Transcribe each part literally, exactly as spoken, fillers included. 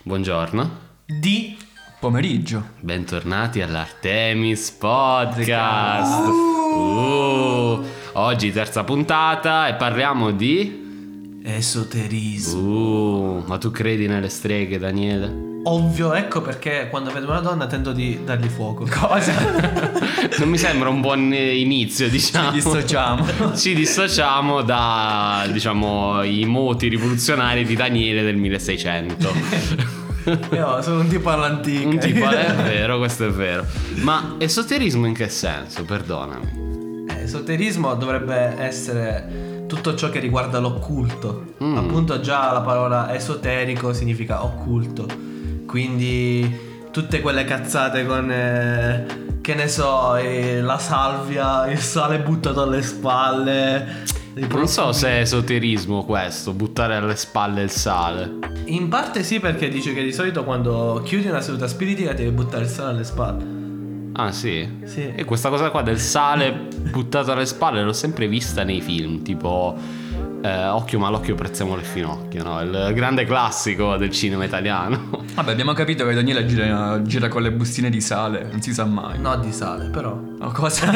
Buongiorno. Di pomeriggio. Bentornati all'Artemis Podcast. Uh, oggi terza puntata e parliamo di esoterismo. Uh, ma tu credi nelle streghe, Daniele? Ovvio, ecco perché quando vedo una donna tento di dargli fuoco. Cosa? Non mi sembra un buon inizio, diciamo. Ci dissociamo. Ci dissociamo da, diciamo, i moti rivoluzionari di Daniele del milleseicento. Io sono un tipo all'antica. Un tipo, è vero, questo è vero. Ma esoterismo in che senso? Perdonami. Eh, Esoterismo dovrebbe essere tutto ciò che riguarda l'occulto. Mm. Appunto già la parola esoterico significa occulto. Quindi tutte quelle cazzate con eh, che ne so, eh, la salvia, il sale buttato alle spalle. Non so se è esoterismo questo, buttare alle spalle il sale. In parte sì, perché dice che di solito quando chiudi una seduta spiritica devi buttare il sale alle spalle. Ah sì? Sì. E questa cosa qua del sale buttato alle spalle l'ho sempre vista nei film, tipo eh, Occhio malocchio prezzemolo il finocchio, no? Il grande classico del cinema italiano. Vabbè, abbiamo capito che Daniele gira, gira con le bustine di sale, non si sa mai. No, di sale, però. Oh, cosa?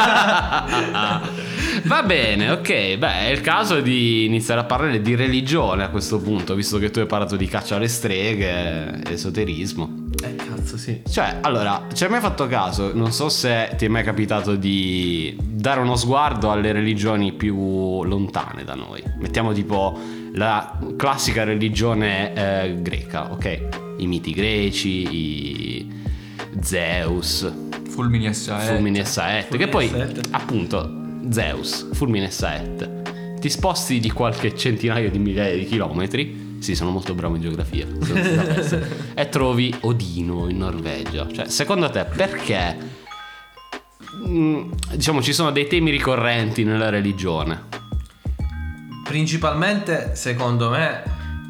Va bene, ok. Beh, è il caso di iniziare a parlare di religione a questo punto, visto che tu hai parlato di caccia alle streghe, esoterismo. Eh cazzo, sì. Cioè, allora, ci hai mai fatto caso? Non so se ti è mai capitato di dare uno sguardo alle religioni più lontane da noi. Mettiamo tipo la classica religione eh, greca, ok? I miti greci, i Zeus, Fulmini e saette. Fulmini e Saette, che Fulmini e poi Saette. appunto Zeus, Fulmini e Saette. Ti sposti di qualche centinaio di migliaia di chilometri. Sì, sono molto bravo in geografia. E trovi Odino in Norvegia. Cioè, secondo te perché mh, diciamo ci sono dei temi ricorrenti nella religione? Principalmente, secondo me,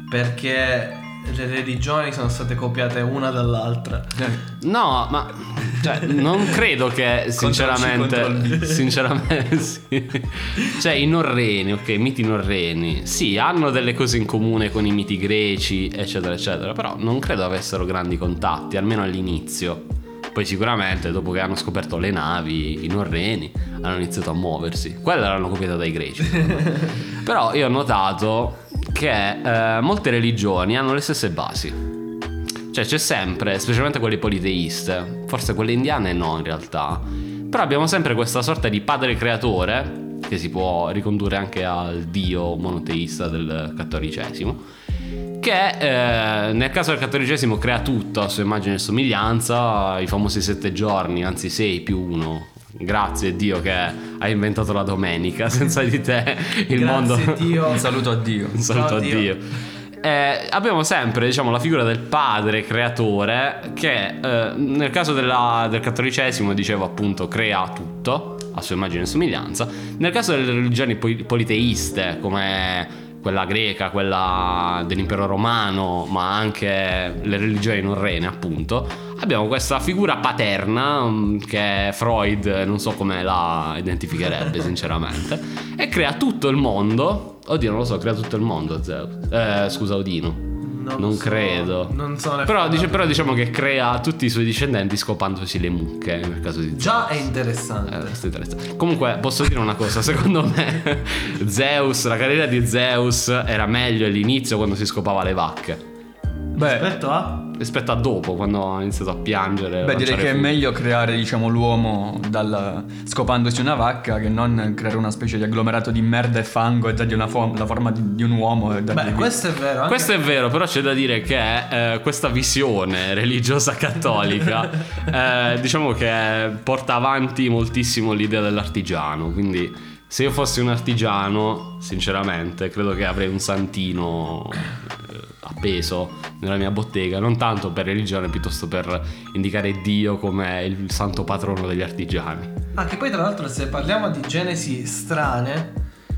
perché le religioni sono state copiate una dall'altra. No, ma cioè, non credo che sinceramente Control C, sinceramente sì. Cioè i norreni, ok, miti norreni, sì, hanno delle cose in comune con i miti greci, eccetera eccetera, però non credo avessero grandi contatti, almeno all'inizio. Poi sicuramente dopo che hanno scoperto le navi, i norreni hanno iniziato a muoversi. Quella l'hanno copiata dai greci. Però io ho notato che eh, molte religioni hanno le stesse basi. Cioè c'è sempre, specialmente quelle politeiste, forse quelle indiane no in realtà, però abbiamo sempre questa sorta di padre creatore, che si può ricondurre anche al dio monoteista del cattolicesimo, che eh, nel caso del cattolicesimo crea tutto a sua immagine e somiglianza, i famosi sette giorni, anzi sei più uno. Grazie Dio che hai inventato la domenica, senza di te il Grazie mondo... Dio. Un saluto a Dio. Un saluto Ciao, a Dio. Dio. Eh, abbiamo sempre, diciamo, la figura del padre creatore che eh, nel caso della, del cattolicesimo, dicevo appunto, crea tutto a sua immagine e somiglianza. Nel caso delle religioni pol- politeiste come quella greca, quella dell'impero romano, ma anche le religioni norrene appunto, abbiamo questa figura paterna um, che Freud non so come la identificherebbe sinceramente, e crea tutto il mondo. Oddio, non lo so, crea tutto il mondo Zeus. Eh, scusa, Odino. Non, Non so, credo. Non so ne Però, farò. dice, però diciamo che crea tutti i suoi discendenti scopandosi le mucche nel caso di Già è interessante. eh, questo è interessante. Comunque posso dire una cosa, secondo me Zeus, la carriera di Zeus era meglio all'inizio quando si scopava le vacche Beh, Rispetto a rispetto a dopo, quando ha iniziato a piangere. beh, direi lanciare che è fuoco. meglio creare, diciamo, l'uomo dal, scopandosi una vacca che non creare una specie di agglomerato di merda e fango e dargli una fo- la forma di, di un uomo e dargli Beh, vita. questo è vero. Anche Questo è vero, però c'è da dire che eh, questa visione religiosa cattolica eh, diciamo che porta avanti moltissimo l'idea dell'artigiano. Quindi se io fossi un artigiano, sinceramente, credo che avrei un santino eh, appeso nella mia bottega, non tanto per religione, piuttosto per indicare Dio come il santo patrono degli artigiani. Ah, che poi tra l'altro se parliamo di genesi strane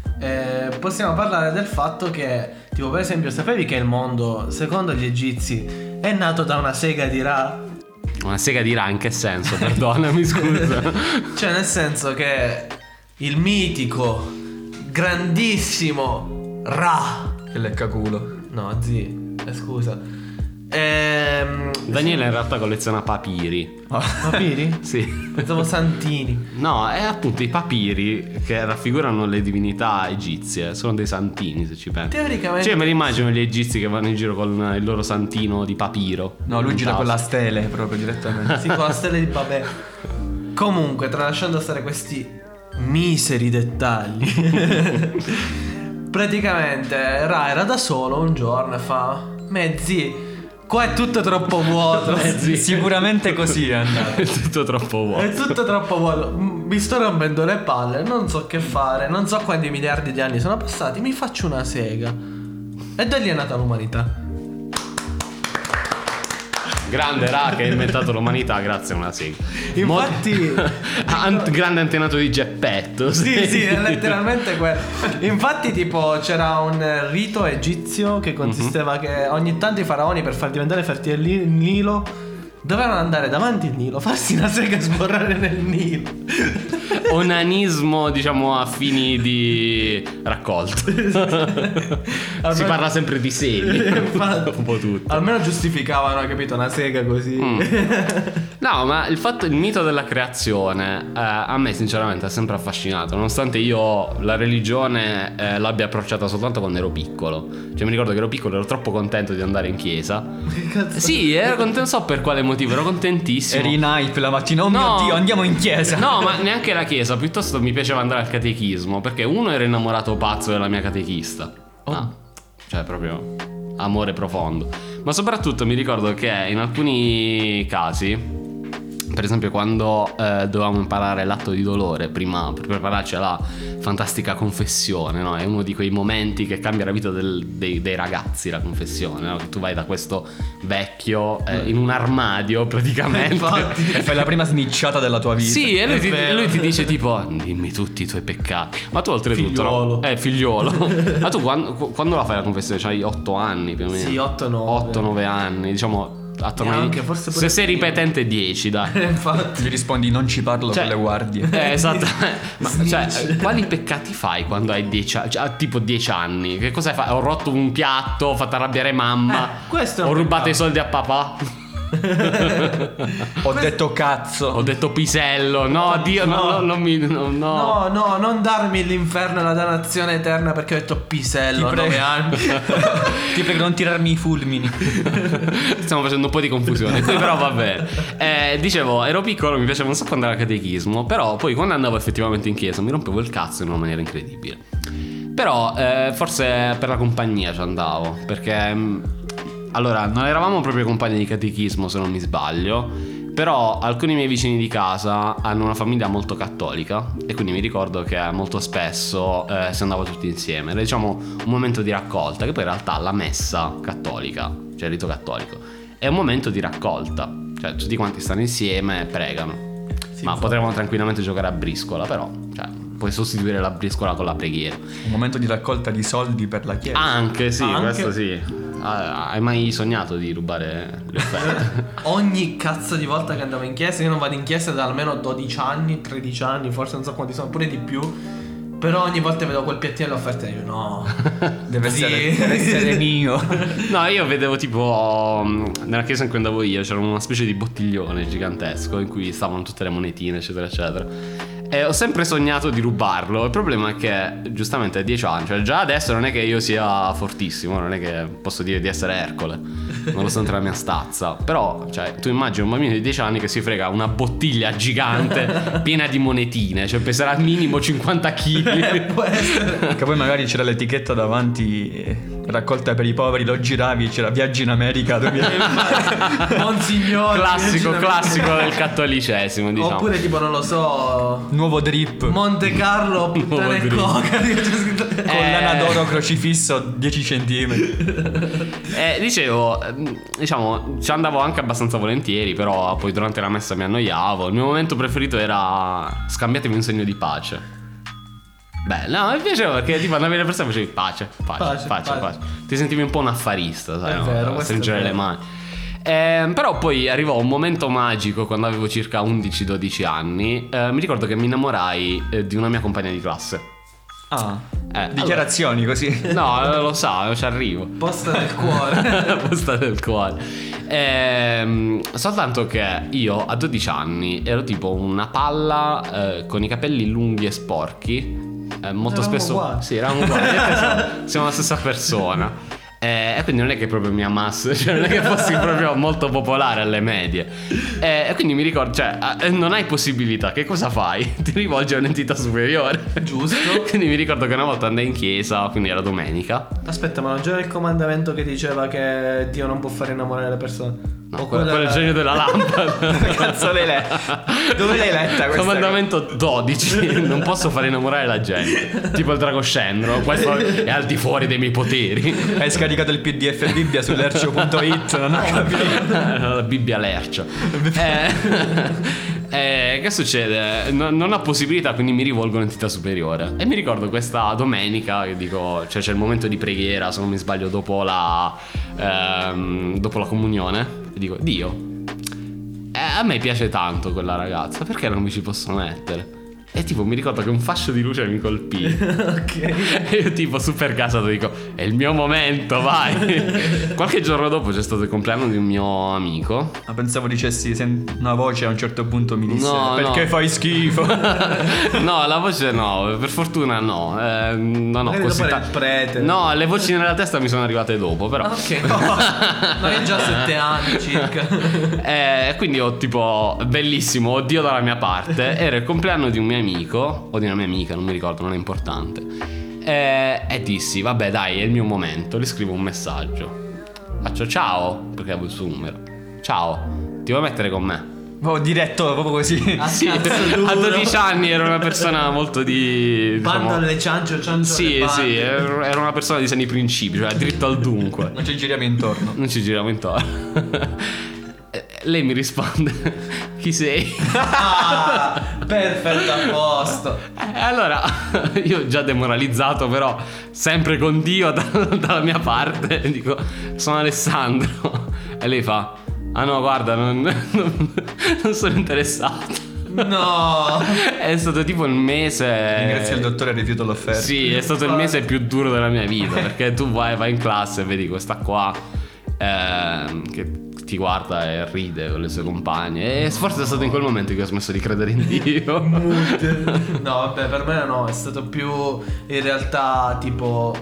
eh, possiamo parlare del fatto che tipo per esempio sapevi che il mondo secondo gli egizi è nato da una sega di Ra? Una sega di Ra in che senso? Perdonami, scusa. Cioè nel senso che il mitico grandissimo Ra, Che lecca culo. no zi, eh, scusa, Ehm, Daniele in realtà colleziona papiri. Papiri? Sì. Pensavo santini. No, è appunto i papiri che raffigurano le divinità egizie. Sono dei santini, se ci pensi. Teoricamente. Cioè, me li immagino gli egizi che vanno in giro con il loro santino di papiro. No, lui in gira con tasca. la stele proprio direttamente. Sì, con la stella di papè. Comunque, tralasciando stare questi miseri dettagli, praticamente Ra era da solo un giorno e fa: mezzi, qua è tutto troppo vuoto. Mezzi. Sicuramente così è andato. È tutto troppo vuoto. È tutto troppo vuoto. M- Mi sto rompendo le palle, non so che fare, non so quanti miliardi di anni sono passati, mi faccio una sega. E da lì è nata l'umanità. Grande Ra che ha inventato l'umanità grazie a una sega. Infatti Ant- grande antenato di Geppetto. Sì, sì, è letteralmente quello. Infatti, tipo, c'era un rito egizio che consisteva che ogni tanto i faraoni, per far diventare fertile il Nilo, dovevano andare davanti al Nilo, farsi una sega e sborrare nel Nilo. Onanismo, diciamo, a fini di raccolta. Si parla sempre di semi. Infatti, Un po' tutto. almeno giustificavano, capito, una sega così. Mm. No, ma il fatto, il mito della creazione eh, a me sinceramente ha sempre affascinato. Nonostante io la religione eh, l'abbia approcciata soltanto quando ero piccolo. Cioè mi ricordo che ero piccolo, ero troppo contento di andare in chiesa. Che cazzo? Sì, ero contento, non so per quale motivo, ero contentissimo. Eri in hype la mattina. Oh No. mio Dio, andiamo in chiesa. No, ma neanche la chiesa, piuttosto mi piaceva andare al catechismo, perché uno era innamorato pazzo della mia catechista. Ah, cioè proprio amore profondo. Ma soprattutto mi ricordo che in alcuni casi, per esempio quando eh, dovevamo imparare l'atto di dolore prima per prepararci alla fantastica confessione, no? È uno di quei momenti che cambia la vita del- dei, dei ragazzi, la confessione, no? Che tu vai da questo vecchio eh, in un armadio praticamente. Infatti. E fai la prima snicciata della tua vita. Sì, e lui È ti, vero. lui ti dice tipo dimmi tutti i tuoi peccati. Ma tu oltretutto Figliuolo. no? Eh figliuolo. Ma tu quando, quando la fai la confessione? C'hai otto anni più o meno. Sì, otto nove. otto nove anni, diciamo attorno ai- Neanche, forse pure se sei prima. ripetente dieci, dai. Infatti. Gli rispondi non ci parlo Cioè- con le guardie. Eh, esatto. Ma cioè, Snitch. quali peccati fai quando hai dieci anni? Cioè, tipo dieci anni? Che cosa hai fatto? Ho rotto un piatto, ho fatto arrabbiare mamma. Eh, questo è un ho rubato peccato. i soldi a papà. Ho detto cazzo. Ho detto pisello. No, Dio, no, No. no, non mi no, no. No, no, non darmi l'inferno e la dannazione eterna perché ho detto pisello a Ti prego. nove anni. Ti prego non tirarmi i fulmini. Stiamo facendo un po' di confusione. Poi però va bene. Eh, dicevo, ero piccolo, mi piaceva un sacco andare al catechismo. Però poi quando andavo effettivamente in chiesa mi rompevo il cazzo in una maniera incredibile. Però eh, forse per la compagnia ci andavo. Perché mh, allora non eravamo proprio compagni di catechismo, se non mi sbaglio. Però alcuni miei vicini di casa hanno una famiglia molto cattolica e quindi mi ricordo che molto spesso eh, si andava tutti insieme. Era diciamo un momento di raccolta, che poi in realtà la messa cattolica, cioè il rito cattolico, è un momento di raccolta. Cioè tutti quanti stanno insieme e pregano. Sì, Ma infatti. potevano tranquillamente giocare a briscola, però cioè, puoi sostituire la briscola con la preghiera. Un momento di raccolta di soldi per la chiesa. Anche sì, Anche. questo sì. Ah, hai mai sognato di rubare le offerte? Ogni cazzo di volta che andavo in chiesa, io non vado in chiesa da almeno dodici anni, tredici anni, forse non so quanti sono, pure di più. Però ogni volta vedo quel piattino alle offerte e io no. Deve, Sì. essere, deve essere mio. No, io vedevo tipo mh, nella chiesa in cui andavo io c'era una specie di bottiglione gigantesco in cui stavano tutte le monetine, eccetera, eccetera. E ho sempre sognato di rubarlo. Il problema è che giustamente a dieci anni, cioè già adesso non è che io sia fortissimo, non è che posso dire di essere Ercole, nonostante la mia stazza. Però, cioè, tu immagini un bambino di dieci anni che si frega una bottiglia gigante piena di monetine, cioè peserà al minimo cinquanta chili. Può essere. Che poi magari c'era l'etichetta davanti, eh, raccolta per i poveri, lo giravi, c'era viaggi in America. Dove... Monsignore. Classico, Virgine- classico del cattolicesimo, diciamo. Oppure tipo non lo so, Nuovo drip. Monte Carlo, puttana e drink. coca. C'è scritto- Collana Eh. d'oro crocifisso dieci centimetri. Eh, dicevo, ehm, diciamo, ci andavo anche abbastanza volentieri, però poi durante la messa mi annoiavo. Il mio momento preferito era scambiatevi un segno di pace. Beh, no, mi piaceva perché tipo andavi alle persone e facevi pace, pace, pace, Pace, pace, pace. Ti sentivi un po' un affarista, sai, È no? vero, questo Stringere è le vero. mani. Ehm, però poi arrivò un momento magico quando avevo circa undici dodici anni. Eh, mi ricordo che mi innamorai eh, di una mia compagna di classe. Ah, Eh, dichiarazioni così. allora, no, lo so, ci arrivo. Posta del cuore. Posta del cuore. Ehm, soltanto che io a dodici anni ero tipo una palla eh, con i capelli lunghi e sporchi. Eh, molto Eravamo spesso. uguali. Sì, eravamo uguali. siamo, siamo la stessa persona. Eh, e quindi non è che proprio mi amasse, cioè non è che fossi proprio molto popolare alle medie. Eh, e quindi mi ricordo, cioè, eh, non hai possibilità, che cosa fai? Ti rivolgi a un'entità superiore. Giusto. Quindi mi ricordo che una volta andai in chiesa, quindi era domenica. Aspetta, ma non c'era il comandamento che diceva che Dio non può fare innamorare le persone? No, O quello, quella quello è il genio della lampada. Che cazzo l'hai letta? Dove l'hai letta questa? Comandamento dodici. Non posso fare innamorare la gente. Tipo il dragoscendro. Questo è al di fuori dei miei poteri. Hai scaricato il P D F Bibbia su lercio punto it. Non ho capito. La Bibbia Lercio. eh, eh, Che succede? No- non ho possibilità, quindi mi rivolgo a un'entità superiore. E mi ricordo questa domenica che dico, cioè c'è il momento di preghiera, se non mi sbaglio, dopo la ehm, dopo la comunione. E dico, Dio, eh, a me piace tanto quella ragazza, perché non mi ci posso mettere? E tipo mi ricordo che un fascio di luce mi colpì. Ok. E io tipo super casato dico, è il mio momento, vai. Qualche giorno dopo c'è stato il compleanno di un mio amico. Ma pensavo dicessi sen- una voce a un certo punto mi disse No, perché no. fai schifo. No, la voce no, per fortuna no. Eh, non ho Magari così dopo era ta- il prete. No, le voci nella testa mi sono arrivate dopo, però. Ok. Ma io già sette anni circa. Eh, quindi ho tipo, bellissimo, ho Dio dalla mia parte. Era il compleanno di un mio amico, o di una mia amica, non mi ricordo, non è importante. Eh, e dissi, vabbè dai, è il mio momento. Le scrivo un messaggio. Faccio ciao, perché avevo il suo numero. Ciao, ti vuoi mettere con me? Ho diretto proprio così. Ah, Sì, cazzo duro. a dodici anni ero una persona molto di... Bando diciamo- alle ciancio, ciancio Sì, alle sì, bande. ero ero una persona di sani principi, cioè dritto al dunque. Non ci giriamo intorno. Non ci giriamo intorno. Eh, Lei mi risponde, chi sei? Ah, perfetto, a posto. E allora io già demoralizzato, però sempre con Dio da- dalla mia parte, dico, sono Alessandro. E lei fa, ah no, guarda, non, non- non sono interessato. No. È stato tipo il mese... Ringrazio il dottore e rifiuto l'offerta. Sì, è stato il mese più duro della mia vita, perché tu vai, vai in classe e vedi questa qua ehm, che ti guarda e ride con le sue compagne. E forse è stato in quel momento che ho smesso di credere in Dio. No, vabbè, per me no, è stato più in realtà tipo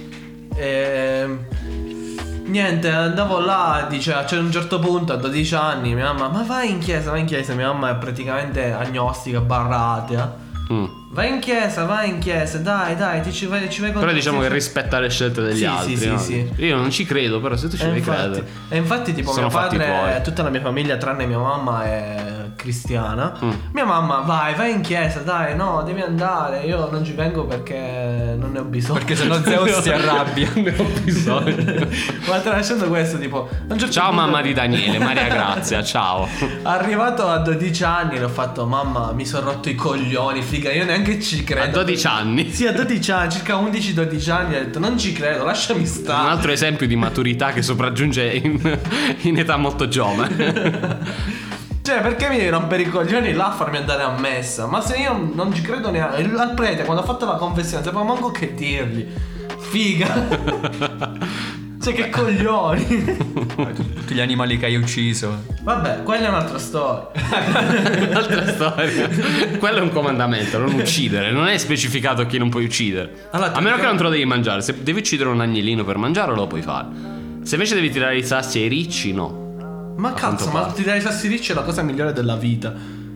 ehm, niente, andavo là, diceva, cioè a un certo punto a dodici anni mia mamma, ma vai in chiesa, vai in chiesa, mia mamma è praticamente agnostica, barra atea. Mm. Vai in chiesa, vai in chiesa, dai, dai, ti ci vai, ci vai con Però diciamo sì, che sì. rispetta le scelte degli Sì, altri, sì, no? sì, sì. Io non ci credo, però se tu ci E devi infatti, credere. e infatti tipo Sono mio fatti padre, tuoi. tutta la mia famiglia tranne mia mamma è cristiana. Mm. Mia mamma, vai, vai in chiesa, dai, no, devi andare. Io non ci vengo perché non ne ho bisogno. Perché sennò Zeus si arrabbia. Ne ho bisogno. Ma tralasciando questo, tipo a un certo Ciao punto- mamma di Daniele, Maria Grazia, ciao. Arrivato a dodici anni l'ho fatto, mamma, mi sono rotto i coglioni, figa, io neanche ci credo. A dodici anni. Sì, a dodici anni, circa undici dodici anni, ho detto, non ci credo, lasciami Un stare. altro esempio di maturità che sopraggiunge in, in età molto giovane. Cioè, perché mi devi rompere i coglioni là a farmi andare a messa? Ma se io non ci credo neanche. Al prete, quando ha fatto la confessione, sapeva manco che dirgli. Figa. Cioè, che coglioni. Tutti gli animali che hai ucciso. Vabbè, quella è un'altra storia. Un'altra storia. Quello è un comandamento, non uccidere. Non è specificato chi non puoi uccidere. Allora, A meno che tecnicamente- non te lo devi mangiare. Se devi uccidere un agnellino per mangiarlo, lo puoi fare. Se invece devi tirare i sassi ai ricci, no. Ma A cazzo, quanto ma pare. tirare i sassi ricci è la cosa migliore della vita.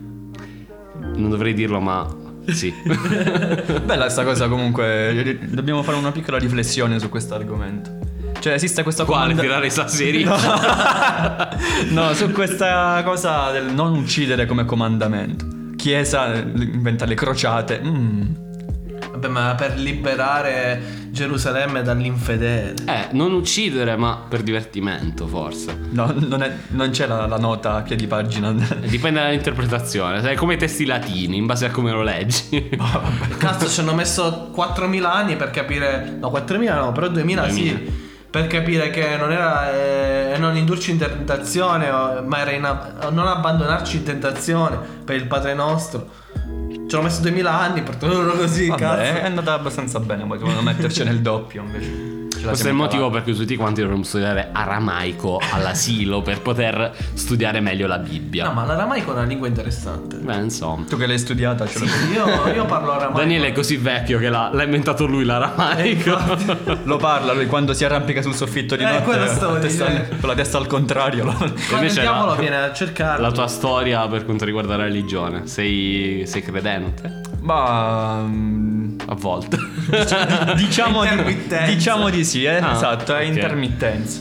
Non dovrei dirlo, ma sì. Bella sta cosa comunque. Dobbiamo fare una piccola riflessione su questo argomento. Cioè esiste questa Quale? comanda- Tirare i sassi ai ricci? No, su questa cosa del non uccidere come comandamento. Chiesa eh, inventa le crociate. Mm. Vabbè, ma per liberare Gerusalemme dall'infedele. Eh, non uccidere, ma per divertimento, forse. No, non, è- non c'è la, la nota a piedi pagina. Dipende dall'interpretazione. Sai, come i testi latini, in base a come lo leggi. Cazzo, ci hanno messo quattromila anni per capire. No, quattromila no, però duemila duemila. sì. Per capire che non era eh, non indurci in tentazione, o- ma era in ab- non abbandonarci in tentazione per il Padre nostro. Ci hanno messo duemila anni per tenerlo così, Vabbè, cazzo. è andata abbastanza bene, poi dovevano metterci nel doppio invece. Ce la Questo è il siamo motivo cavati. per cui tutti quanti dovremmo studiare aramaico all'asilo per poter studiare meglio la Bibbia. No, ma l'aramaico è una lingua interessante. Beh, insomma. Tu che l'hai studiata, ce l'hai. Io, io parlo aramaico. Daniele è così vecchio che l'ha, l'ha inventato lui l'aramaico. Lo parla lui quando si arrampica sul soffitto di Eh, notte quello stavo la testa- dicendo. con la testa al contrario. lo- Quando il Invece diavolo la- viene a cercarlo. La tua storia per quanto riguarda la religione, sei, sei credente? Ma mm, A volte. diciamo, di, Intermittenza. diciamo di sì, eh? Ah, esatto, è ok. intermittenza.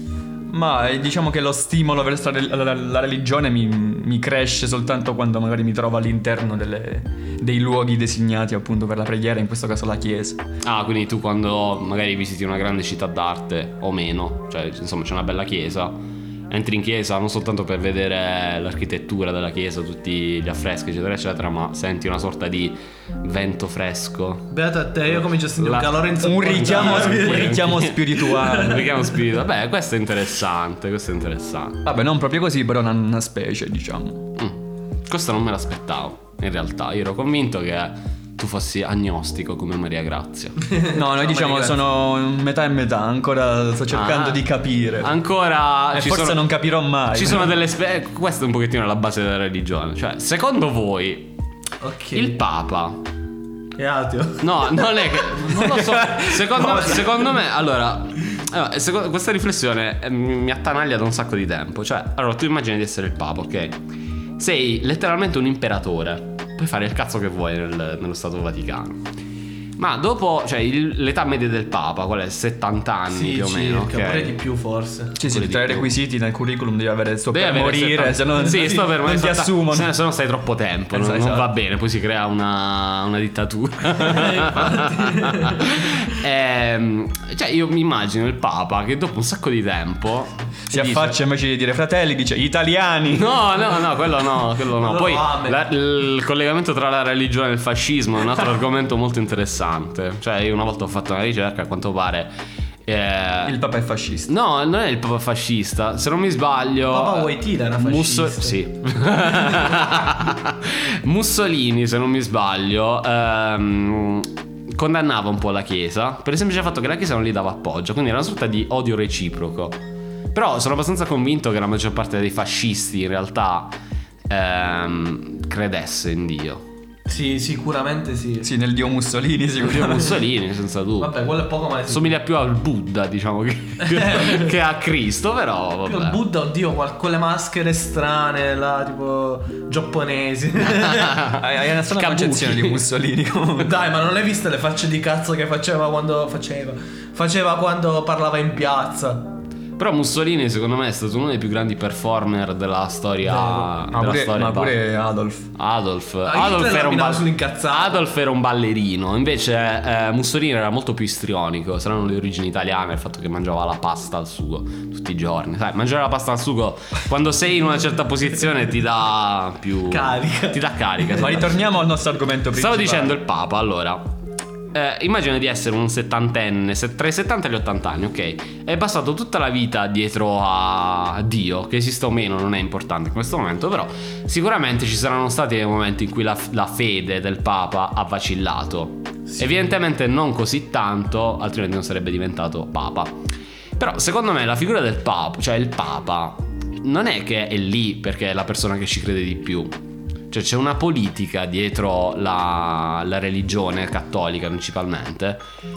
Ma eh, diciamo che lo stimolo verso la, la- la religione mi, mi cresce soltanto quando magari mi trovo all'interno delle- dei luoghi designati appunto per la preghiera, in questo caso la chiesa. Ah, quindi tu quando magari visiti una grande città d'arte o meno, cioè insomma c'è una bella chiesa, entri in chiesa non soltanto per vedere l'architettura della chiesa, tutti gli affreschi eccetera eccetera, ma senti una sorta di vento fresco. Beato a te, io comincio a sentire La- un calore Un insopportabile. richiamo, un Ok, richiamo ok. spirituale. Un richiamo spirituale. Beh, questo è interessante, questo è interessante. Vabbè, non proprio così, però una, una specie, diciamo. Mm. Questo non me l'aspettavo, in realtà. Io ero convinto che tu fossi agnostico come Maria Grazia. No, noi diciamo Maria, sono metà e metà, ancora sto cercando Ah. di capire. Ancora e ci forse sono, non capirò mai. ci sono delle spe- eh, questa è un pochettino la base della religione. Cioè, secondo voi Ok. il Papa? È ateo. No, non è che non lo so. Secondo, Cosa? secondo me, allora, eh, secondo- questa riflessione eh, mi mi attanaglia da un sacco di tempo. Cioè, allora, tu immagini di essere il Papa, ok? Sei letteralmente un imperatore. Puoi fare il cazzo che vuoi nel- nello Stato Vaticano. Ma dopo, cioè, il- l'età media del Papa, qual è? settanta anni Sì, più o meno, circa, ok? pure di più forse. Sì, sì, pure tra i di più. requisiti nel curriculum devi avere sto Devi per avere morire, settanta se no sì, sto per non ti settanta assumono. se no- se no stai troppo tempo, non, Esatto, non va esatto. bene, poi si crea una, una dittatura. Ehm, cioè io mi immagino il Papa che dopo un sacco di tempo Si dice- affaccia invece di dire fratelli, dice italiani. No, no, no, quello no, quello no. Quello Poi lo ama. la- il collegamento tra la religione e il fascismo è un altro argomento molto interessante. Cioè io una volta ho fatto una ricerca, a quanto pare eh, Il papa è fascista. no, non è il Papa fascista. Se non mi sbaglio, Papa Wojtyla era fascista. sì. Mussolini, se non mi sbaglio, ehm, condannava un po' la Chiesa per il semplice fatto che la Chiesa non gli dava appoggio. Quindi era una sorta di odio reciproco. Però sono abbastanza convinto che la maggior parte dei fascisti in realtà ehm, credesse in Dio. Sì, sicuramente sì. Sì, nel dio Mussolini Dio sicuramente. Mussolini, senza dubbio. Vabbè, quello è poco ma è Somiglia più al Buddha, diciamo, che, che a Cristo, però più il vabbè. Buddha, oddio, qual- quelle maschere strane là, tipo giapponesi. Hai hai una strana Kabuki. concezione di Mussolini comunque. Dai, ma non hai visto le facce di cazzo che faceva quando faceva? Faceva quando parlava in piazza. Però Mussolini secondo me è stato uno dei più grandi performer della storia, Ma della pure, storia ma ba- pure Adolf. Adolf Ah, Adolf Hitler era, un la ball- sull'incazzato. Adolf era un ballerino. Invece eh, Mussolini era molto più istrionico. Saranno le origini italiane, il fatto che mangiava la pasta al sugo tutti i giorni. Sai, mangiare la pasta al sugo quando sei in una certa posizione ti dà più Carica. Ti dà carica. Ma ritorniamo al nostro argomento Stavo principale. dicendo il Papa, allora. Eh, immagina di essere un settantenne, se- tra i settanta e gli ottanta anni, ok? È passato tutta la vita dietro a Dio, che esista o meno non è importante in questo momento, però sicuramente ci saranno stati dei momenti in cui la, la fede del Papa ha vacillato. Evidentemente non così tanto, altrimenti non sarebbe diventato Papa. Però secondo me la figura del Papa, cioè il Papa, non è che è lì perché è la persona che ci crede di più. Cioè c'è una politica dietro la, la religione cattolica principalmente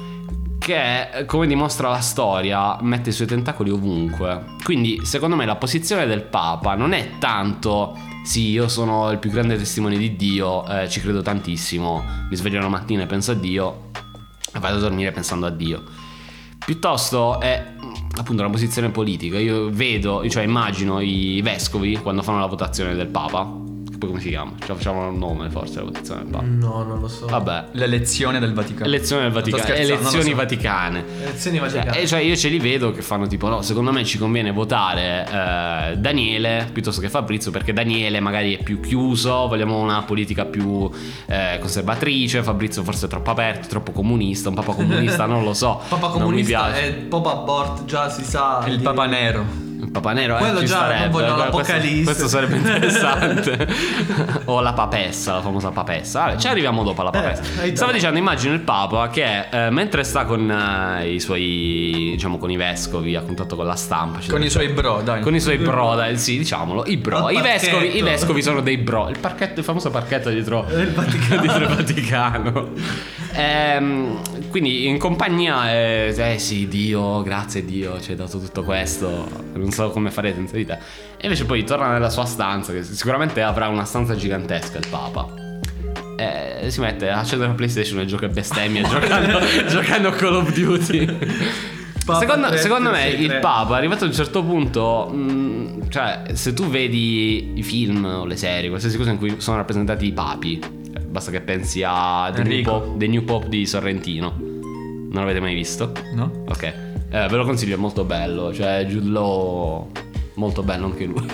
che, come dimostra la storia, mette i suoi tentacoli ovunque. Quindi secondo me la posizione del Papa non è tanto sì, io sono il più grande testimone di Dio, eh, ci credo tantissimo, mi sveglio la mattina e penso a Dio e vado a dormire pensando a Dio. Piuttosto è appunto una posizione politica. Io vedo, cioè immagino i vescovi quando fanno la votazione del Papa, che poi come si chiama? Cioè facciamo un nome forse la votazione del Papa. No, non lo so. Vabbè, L'elezione del Vaticano. elezioni del Sto Vaticano, scherzando, non lo elezioni so. vaticane. Elezioni Cioè, vaticane. e cioè io ce li vedo che fanno tipo no, secondo me ci conviene votare eh, Daniele piuttosto che Fabrizio, perché Daniele magari è più chiuso, vogliamo una politica più eh, conservatrice, Fabrizio forse è troppo aperto, troppo comunista, un papa comunista non lo so. Papa non mi comunista piace. e Papa Abort, già si sa. Il di- Papa Nero. Il Papa Nero, Quello eh, ci già starebbe. non voglio Questo- l'Apocalisse. Questo sarebbe interessante. O la papessa, la famosa papessa. Vabbè, ci arriviamo dopo alla papessa. Eh, hai Stavo detto. dicendo, immagino il Papa che eh, mentre sta con eh, i suoi, diciamo, con i vescovi, a contatto con la stampa, Con i suoi bro, dai. con i suoi bro, dai, sì, diciamolo, i bro. Al I vescovi, parchetto. I vescovi sono dei bro. Il parchetto, il famoso parchetto dietro Il Vaticano. dietro il Vaticano. Ehm, quindi in compagnia, eh, eh sì, Dio, grazie Dio, ci hai dato tutto questo. Non so come fare senza di te. E invece poi torna nella sua stanza, che sicuramente avrà una stanza gigantesca il Papa. E si mette a accendere la PlayStation e gioca bestemmie giocando, giocando a Call of Duty. Papa secondo, tre, secondo me sei, il tre. Papa, arrivato a un certo punto, mh, cioè, se tu vedi i film o le serie, qualsiasi cosa in cui sono rappresentati i papi, eh, basta che pensi a The New, Enrico. Pope, The New Pope di Sorrentino. Non l'avete mai visto? No? Ok, eh, ve lo consiglio, è molto bello. Cioè, Jude Law, molto bello anche lui.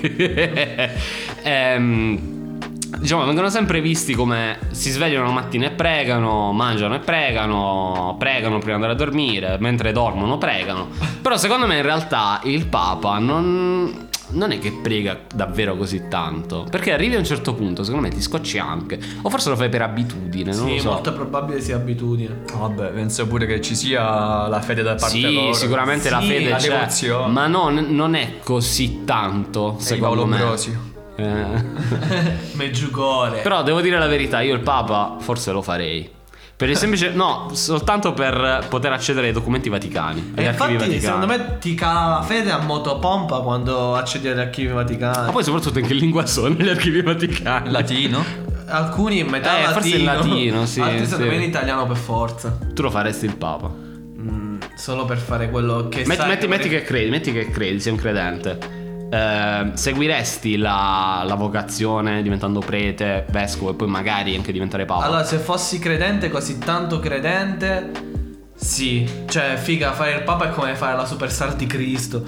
Ehm, diciamo, vengono sempre visti come si svegliano la mattina e pregano, mangiano e pregano, pregano prima di andare a dormire, mentre dormono pregano. Però secondo me in realtà il Papa non, non è che prega davvero così tanto, perché arrivi a un certo punto, secondo me ti scocci anche, o forse lo fai per abitudine, non Sì, lo so. molto probabile sia abitudine. Vabbè, penso pure che ci sia la fede da parte Sì, loro. sicuramente la Sì, fede la c'è, devozione. ma non, non è così tanto, Sei secondo Paolo me. Ambrosio. Eh. Meggiugorje. Però devo dire la verità, io il Papa forse lo farei. Per il semplice, no, soltanto per poter accedere ai documenti vaticani, agli E archivi infatti, vaticani. secondo me ti cala la fede a motopompa quando accedi agli archivi vaticani. Ma poi soprattutto in che lingua sono gli archivi vaticani? Latino? Alcuni in metà Eh, latino, forse in latino, sì, altri sì. secondo me in italiano per forza. Tu lo faresti il Papa? Mm, solo per fare quello che Metti, sai metti, che metti che credi, metti che credi, sei un credente. Eh, seguiresti la, la vocazione diventando prete, vescovo e poi magari anche diventare Papa? Allora, se fossi credente, così tanto credente, sì. Cioè, figa, fare il Papa è come fare la superstar di Cristo.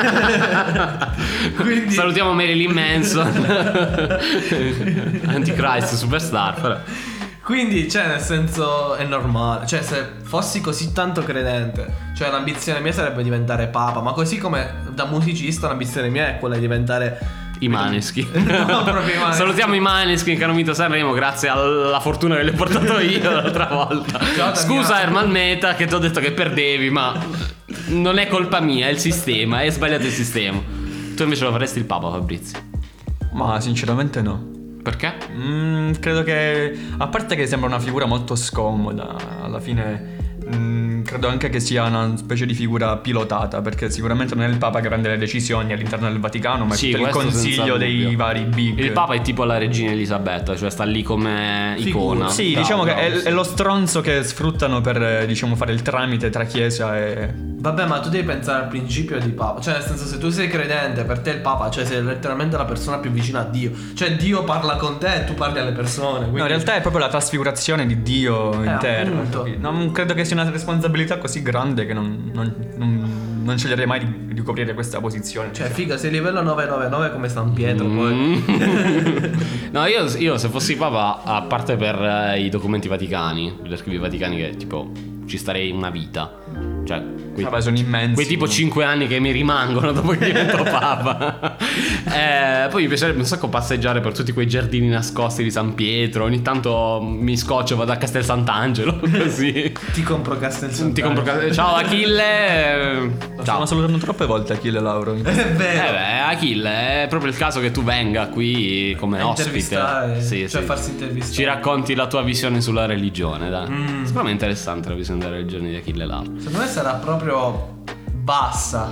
Quindi- Salutiamo Marilyn Manson. Antichrist, superstar. Però. Quindi, cioè, nel senso, è normale. Cioè, se fossi così tanto credente, cioè, l'ambizione mia sarebbe diventare Papa. Ma così come da musicista, l'ambizione mia è quella di diventare I Maneskin. No, proprio i Maneskin. Salutiamo i Maneskin che hanno vinto Sanremo grazie alla fortuna che li ho portato io l'altra volta. Ciao, Scusa Damiano. Ermal Meta che ti ho detto che perdevi, ma non è colpa mia, è il sistema, è sbagliato il sistema. Tu invece lo faresti il Papa, Fabrizio? Ma sinceramente no. Perché? Mm, credo che, a parte che sembra una figura molto scomoda, alla fine mm, credo anche che sia una specie di figura pilotata, perché sicuramente non è il Papa che prende le decisioni all'interno del Vaticano, ma è Sì, tutto il questo senza consiglio dei dubbio. vari big. Il Papa è tipo la regina Elisabetta, cioè sta lì come Figura. icona. Sì, Bravo, diciamo che è, bravo, sì. è lo stronzo che sfruttano per, eh, diciamo, fare il tramite tra chiesa e... Vabbè, ma tu devi pensare al principio di Papa. Cioè, nel senso, se tu sei credente, per te il Papa, cioè, sei letteralmente la persona più vicina a Dio. Cioè, Dio parla con te e tu parli alle persone. Quindi... No, in realtà è proprio la trasfigurazione di Dio in Eh, terra. appunto. capito? Non credo che sia una responsabilità così grande che non, non, non, non sceglierei mai di ricoprire questa posizione. Cioè, figa, sei livello novecentonovantanove come San Pietro, poi. Mm. No, io, io se fossi Papa, a parte per eh, i documenti vaticani, gli archivi vaticani, che tipo ci starei una vita. Cioè, quei, Vabbè, sono immensi. quei tipo cinque anni che mi rimangono dopo che divento Papa. Eh, poi mi piacerebbe un sacco passeggiare per tutti quei giardini nascosti di San Pietro. Ogni tanto mi scoccio, vado a Castel Sant'Angelo, così. Ti compro Castel Sant'Angelo. Ti compro ca- Ciao Achille. Lo Ciao. stanno salutando troppe volte Achille Lauro. È Eh vero. beh, Achille, è proprio il caso che tu venga qui come A ospite. intervistare, Sì, cioè sì. farsi intervistare. Ci racconti la tua visione sulla religione, dai. Mm. Secondo me è interessante la visione della religione di Achille Lauro. Secondo me sarà proprio bassa.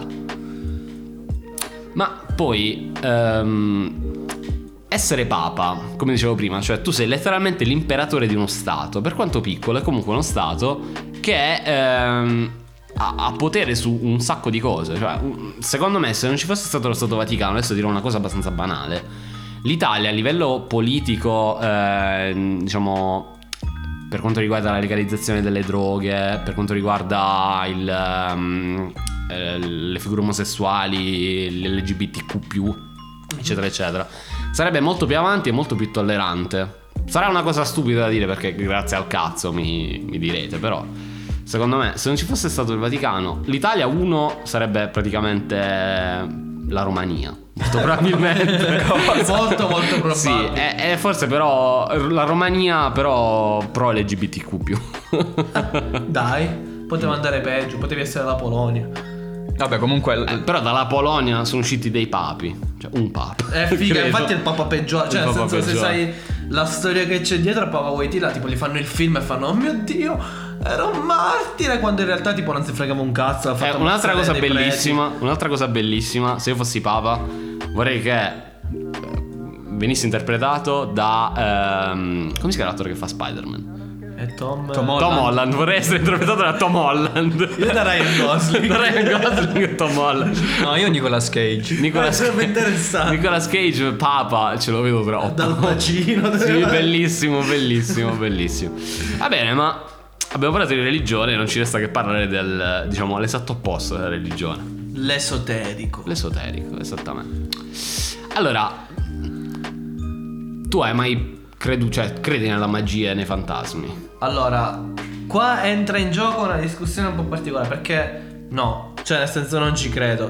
Ma poi ehm, essere papa, come dicevo prima, cioè tu sei letteralmente l'imperatore di uno stato, per quanto piccolo è comunque uno stato che ehm, ha, ha potere su un sacco di cose. Cioè, un- secondo me se non ci fosse stato lo Stato Vaticano, adesso dirò una cosa abbastanza banale, l'Italia a livello politico, eh, diciamo, per quanto riguarda la legalizzazione delle droghe, per quanto riguarda il, ehm, eh, le figure omosessuali, l'L G B T Q più, eccetera eccetera, sarebbe molto più avanti e molto più tollerante. Sarà una cosa stupida da dire perché grazie al cazzo mi, mi direte, però secondo me se non ci fosse stato il Vaticano, l'Italia uno sarebbe praticamente la Romania, molto probabilmente. Molto molto probabile. Sì, è, è forse però la Romania però pro L G B T Q più. Dai, poteva andare peggio, potevi essere la Polonia. Vabbè, comunque Eh, però dalla Polonia sono usciti dei papi, cioè un papa. È figa, Credo. infatti è il papa peggiore. Cioè, Il nel papa senso, se peggiore. sai la storia che c'è dietro a Papa Wojtyla, tipo gli fanno il film e fanno: oh mio Dio, era un martire. Quando in realtà tipo non si fregava un cazzo. Ha Eh, fatto un'altra cosa ammazzare dei preti. bellissima, un'altra cosa bellissima, se io fossi papa, vorrei che eh, venisse interpretato da ehm, come si chiama l'attore che fa Spider-Man? E Tom, Tom Holland. Tom Holland, vorrei essere interpretato da Tom Holland. Io da Ryan Gosling. Da Ryan Gosling e Tom Holland. No, io Nicolas Cage. Nicolas, Sarebbe interessante. Nicolas Cage, papa, ce lo vedo troppo. Dal bacino. Sì, bellissimo, bellissimo, bellissimo. Va bene, ma abbiamo parlato di religione, non ci resta che parlare del, diciamo, l'esatto opposto della religione. L'esoterico. L'esoterico, esattamente. Allora, tu hai mai credu, cioè, credi nella magia e nei fantasmi? Allora, qua entra in gioco una discussione un po' particolare, perché no, cioè nel senso non ci credo.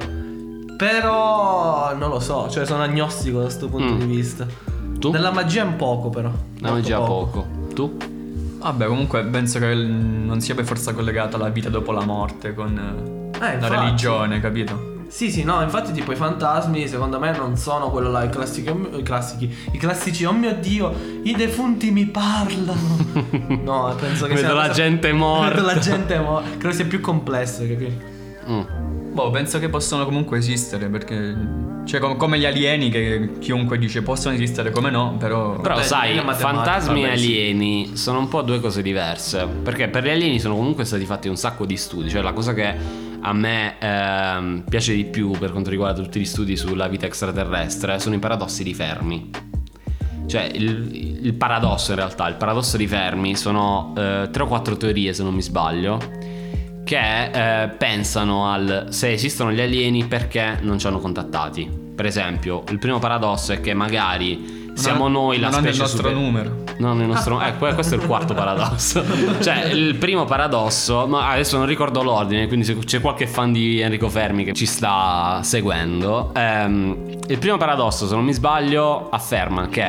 Però non lo so, cioè sono agnostico da questo punto Mm. di vista. Tu? Nella magia un poco però. La Molto magia poco. Tu? Vabbè, comunque penso che non sia per forza collegata alla vita dopo la morte con eh, Eh, la infatti. religione, capito? Sì, sì, no, infatti tipo i fantasmi secondo me non sono quello là, i classici, oh mio- i classici, i classici, oh mio Dio, i defunti mi parlano. No, penso che Vedo sia una la cosa- gente morta. Vedo la gente morta. Credo sia più complesso, capito? Mm. Boh, penso che possano comunque esistere perché cioè com- come gli alieni che chiunque dice possono esistere come no, però Però Beh, sai, è matematica, fantasmi e vabbè, sì. alieni sono un po' due cose diverse. Perché per gli alieni sono comunque stati fatti un sacco di studi. Cioè la cosa che a me ehm, piace di più per quanto riguarda tutti gli studi sulla vita extraterrestre sono i paradossi di Fermi. Cioè il, il paradosso in realtà, il paradosso di Fermi sono eh, tre o quattro teorie se non mi sbaglio che eh, pensano al se esistono gli alieni perché non ci hanno contattati. Per esempio, il primo paradosso è che magari siamo noi la non hanno specie il nostro super- numero. Non il nostro eh, que- questo è il quarto paradosso. Cioè, il primo paradosso, ma adesso non ricordo l'ordine, quindi se c'è qualche fan di Enrico Fermi che ci sta seguendo, ehm, il primo paradosso, se non mi sbaglio, afferma che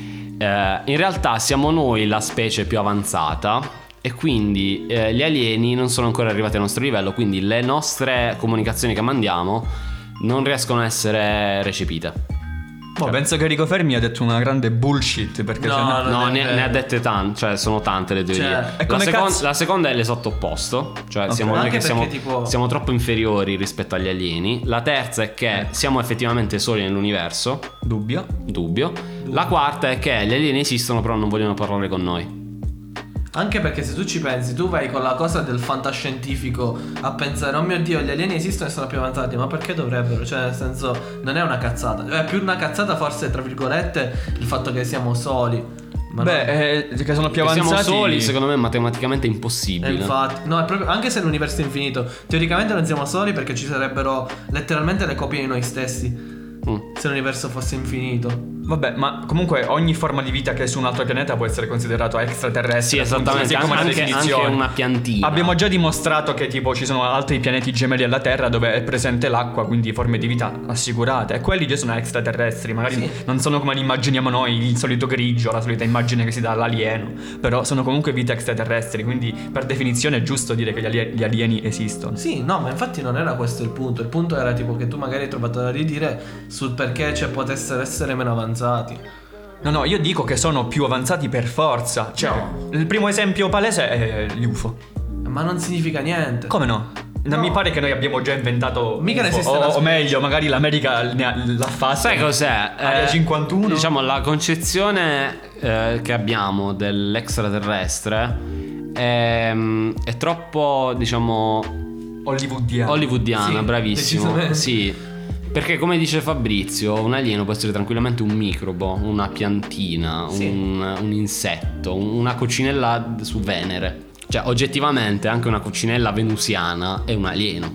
eh, in realtà siamo noi la specie più avanzata e quindi eh, gli alieni non sono ancora arrivati al nostro livello, quindi le nostre comunicazioni che mandiamo non riescono a essere recepite. Boh, penso che Enrico Fermi ha detto una grande bullshit perché No, se no- non No, è ne, vero. ne ha dette tante, cioè sono tante le teorie. Cioè, e la, come secon- cazzo- la seconda è l'esatto opposto, cioè Ok. siamo noi Anche che siamo, perché, tipo- siamo troppo inferiori rispetto agli alieni. La terza è che siamo effettivamente soli nell'universo, dubbio. dubbio. La quarta è che gli alieni esistono però non vogliono parlare con noi. Anche perché se tu ci pensi, tu vai con la cosa del fantascientifico a pensare: oh mio Dio, gli alieni esistono e sono più avanzati. Ma perché dovrebbero? Cioè, nel senso, non è una cazzata. È più una cazzata, forse, tra virgolette, il fatto che siamo soli. Ma no. Beh, eh, che sono più Che siamo avanzati. soli, secondo me è matematicamente Eh, impossibile. infatti, no, è proprio, anche se l'universo è infinito, teoricamente non siamo soli perché ci sarebbero letteralmente le copie di noi stessi. Mm. Se l'universo fosse infinito. Vabbè, ma comunque ogni forma di vita che è su un altro pianeta può essere considerato extraterrestre. Sì, appunto, esattamente, così come la anche, anche definizione. una piantina. Abbiamo già dimostrato che tipo ci sono altri pianeti gemelli alla Terra dove è presente l'acqua, quindi forme di vita assicurate. E quelli già sono extraterrestri, magari Sì. non sono come li immaginiamo noi, il solito grigio, la solita immagine che si dà all'alieno. Però sono comunque vite extraterrestri, quindi per definizione è giusto dire che gli, alie- gli alieni esistono. Sì, no, ma infatti non era questo il punto. Il punto era tipo che tu magari hai trovato da ridire sul perché cioè potessero essere meno avanzati. No, no, io dico che sono più avanzati per forza. Cioè, No. il primo esempio palese è gli U F O. Ma non significa niente. Come no? Non No. mi pare che noi abbiamo già inventato Mica ne U F O, esiste o, una o specie. meglio, magari l'America ne ha- l'ha fatta. Sai cos'è? Area Eh, cinquantuno. Diciamo la concezione eh, che abbiamo dell'extraterrestre è, è troppo, diciamo, Hollywoodiano. hollywoodiana, Sì, bravissimo. decisamente. Sì. Perché come dice Fabrizio, un alieno può essere tranquillamente un microbo, una piantina, Sì. un, un insetto, un- una coccinella su Venere. Cioè, oggettivamente anche una coccinella venusiana è un alieno.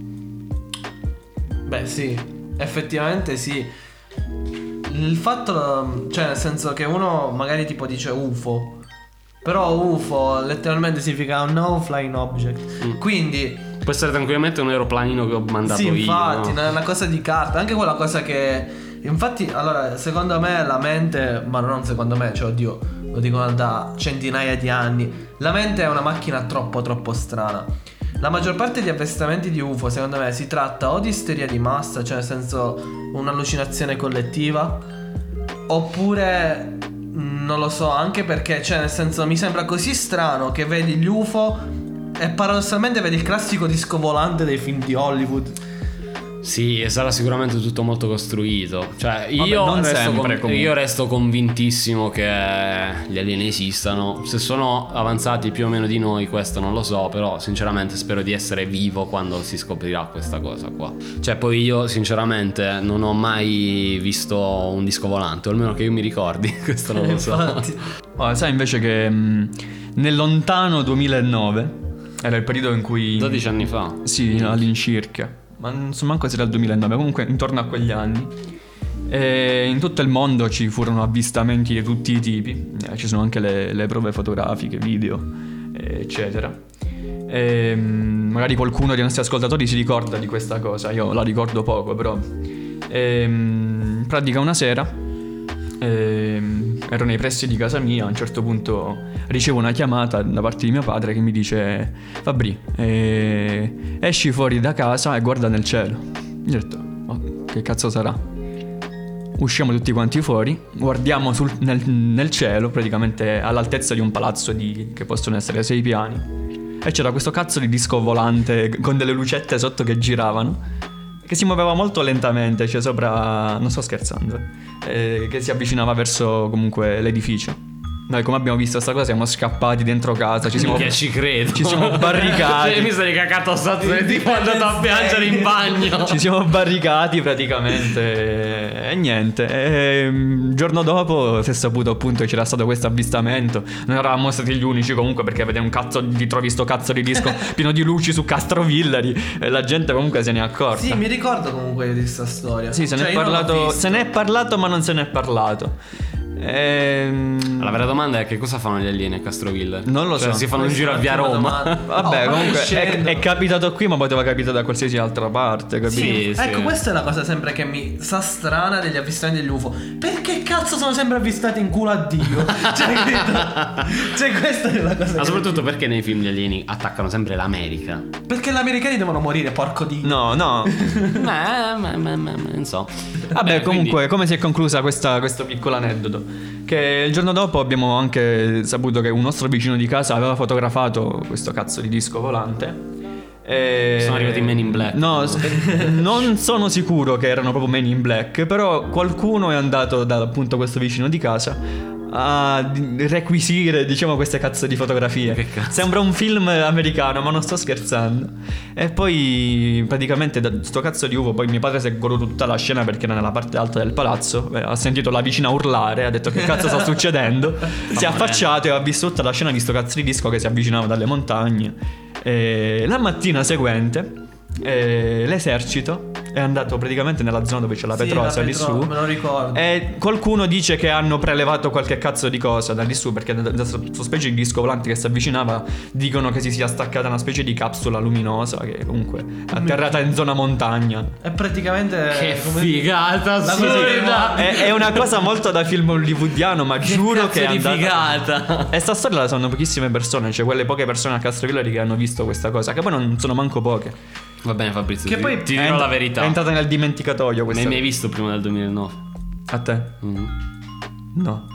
Beh, sì, effettivamente sì. Il fatto, cioè nel senso che uno magari tipo dice U F O, però U F O letteralmente significa no flying object. Mm. Quindi Può essere tranquillamente un aeroplanino che ho mandato sì, io. infatti, no? è una cosa di carta. Anche quella cosa che... Infatti, allora, secondo me la mente... Ma non secondo me, cioè, oddio, lo dicono da centinaia di anni. La mente è una macchina troppo, troppo strana. La maggior parte di avvistamenti di U F O, secondo me, si tratta o di isteria di massa, cioè nel senso un'allucinazione collettiva, oppure... Non lo so, anche perché, cioè, nel senso, mi sembra così strano che vedi gli U F O e paradossalmente vedi il classico disco volante dei film di Hollywood. Sì, e sarà sicuramente tutto molto costruito. Cioè, io, non resto, sempre, con- io resto convintissimo che gli alieni esistano. Se sono avanzati più o meno di noi, questo non lo so. Però, sinceramente, spero di essere vivo quando si scoprirà questa cosa qua. Cioè, poi io, sinceramente, non ho mai visto un disco volante, o almeno che io mi ricordi. Questo non lo so. Infatti. Oh, sai invece che mh, nel lontano duemilanove era il periodo in cui... dodici anni fa. Sì, all'incirca. Ma non so manco se era il duemilanove, comunque intorno a quegli anni. E in tutto il mondo ci furono avvistamenti di tutti i tipi. Eh, ci sono anche le, le prove fotografiche, video, eccetera. E, mh, magari qualcuno dei nostri ascoltatori si ricorda di questa cosa. Io la ricordo poco, però. E, mh, in pratica una sera ehm, ero nei pressi di casa mia. A un certo punto ricevo una chiamata da parte di mio padre che mi dice: Fabri, eh, esci fuori da casa e guarda nel cielo. Io ho detto: oh, che cazzo sarà? Usciamo tutti quanti fuori, guardiamo sul, nel, nel cielo, praticamente all'altezza di un palazzo di, che possono essere sei piani, e c'era questo cazzo di disco volante con delle lucette sotto che giravano, che si muoveva molto lentamente, cioè sopra, non sto scherzando, eh, che si avvicinava verso comunque l'edificio. Noi, come abbiamo visto sta cosa, siamo scappati dentro casa, ci siamo, Che ci credo. ci siamo barricati. Cioè, mi sei cacato sotto e tipo andato a piangere in bagno. Ci siamo barricati praticamente e niente. E il giorno dopo si è saputo appunto che c'era stato questo avvistamento. Non eravamo stati gli unici comunque, perché vedi un cazzo di trovi sto cazzo di disco pieno di luci su Castrovillari e la gente comunque se ne è accorta. Sì, mi ricordo comunque di questa storia. Sì, se Cioè, ne è io non l'ho parlato, visto. se ne è parlato ma non se ne è parlato. Ehm... La vera domanda è: che cosa fanno gli alieni a Castroville? Non lo Cioè, so. si fanno un giro a via Questa è Roma. un'ottima domanda. Vabbè, Oh, ma comunque è, scendo. è capitato qui, ma poteva capitare da qualsiasi altra parte, capito? Sì, sì. Ecco, questa è la cosa sempre che mi sa strana degli avvistamenti degli U F O. Perché cazzo sono sempre avvistati in culo a Dio? Cioè, capito? Cioè, questa è la cosa. Ma che- soprattutto perché nei film gli alieni attaccano sempre l'America? Perché gli americani devono morire, porco Dio. No, no. Ma, ma, ma, ma, ma, non so. Vabbè, comunque, quindi- come si è conclusa questa, questo piccolo aneddoto? Che il giorno dopo abbiamo anche saputo che un nostro vicino di casa aveva fotografato questo cazzo di disco volante. E... Sono arrivati i Men in Black. No, s- non sono sicuro che erano proprio Men in Black, però qualcuno è andato da appunto questo vicino di casa a di- requisire, diciamo, queste cazzo di fotografie. Che cazzo? Sembra un film americano, ma non sto scherzando. E poi praticamente da sto cazzo di uvo, poi mio padre si è goduto tutta la scena perché era nella parte alta del palazzo, eh, ha sentito la vicina urlare, ha detto: che cazzo sta succedendo? Si è affacciato e ha visto tutta la scena di sto cazzo di disco che si avvicinava dalle montagne. E la mattina seguente eh, l'esercito è andato praticamente nella zona dove c'è la Sì, Petrosia la lì Petro- su. me lo ricordo. E qualcuno dice che hanno prelevato qualche cazzo di cosa da lì su, perché da da questa specie di disco volante che si avvicinava dicono che si sia staccata una specie di capsula luminosa che comunque è atterrata in zona montagna. È praticamente. Che come- figata La cosa che- assurda. È, è una cosa molto da film hollywoodiano, ma giuro cazzo che è di andata... figata. E sta storia la sanno pochissime persone, cioè quelle poche persone a Castrovillari che hanno visto questa cosa, che poi non sono manco poche. Va bene, Fabrizio. Che ti, poi ti È dirò ent- la verità. È entrata nel dimenticatoio Non questa. hai mai visto prima del duemilanove? A te? Mm. No.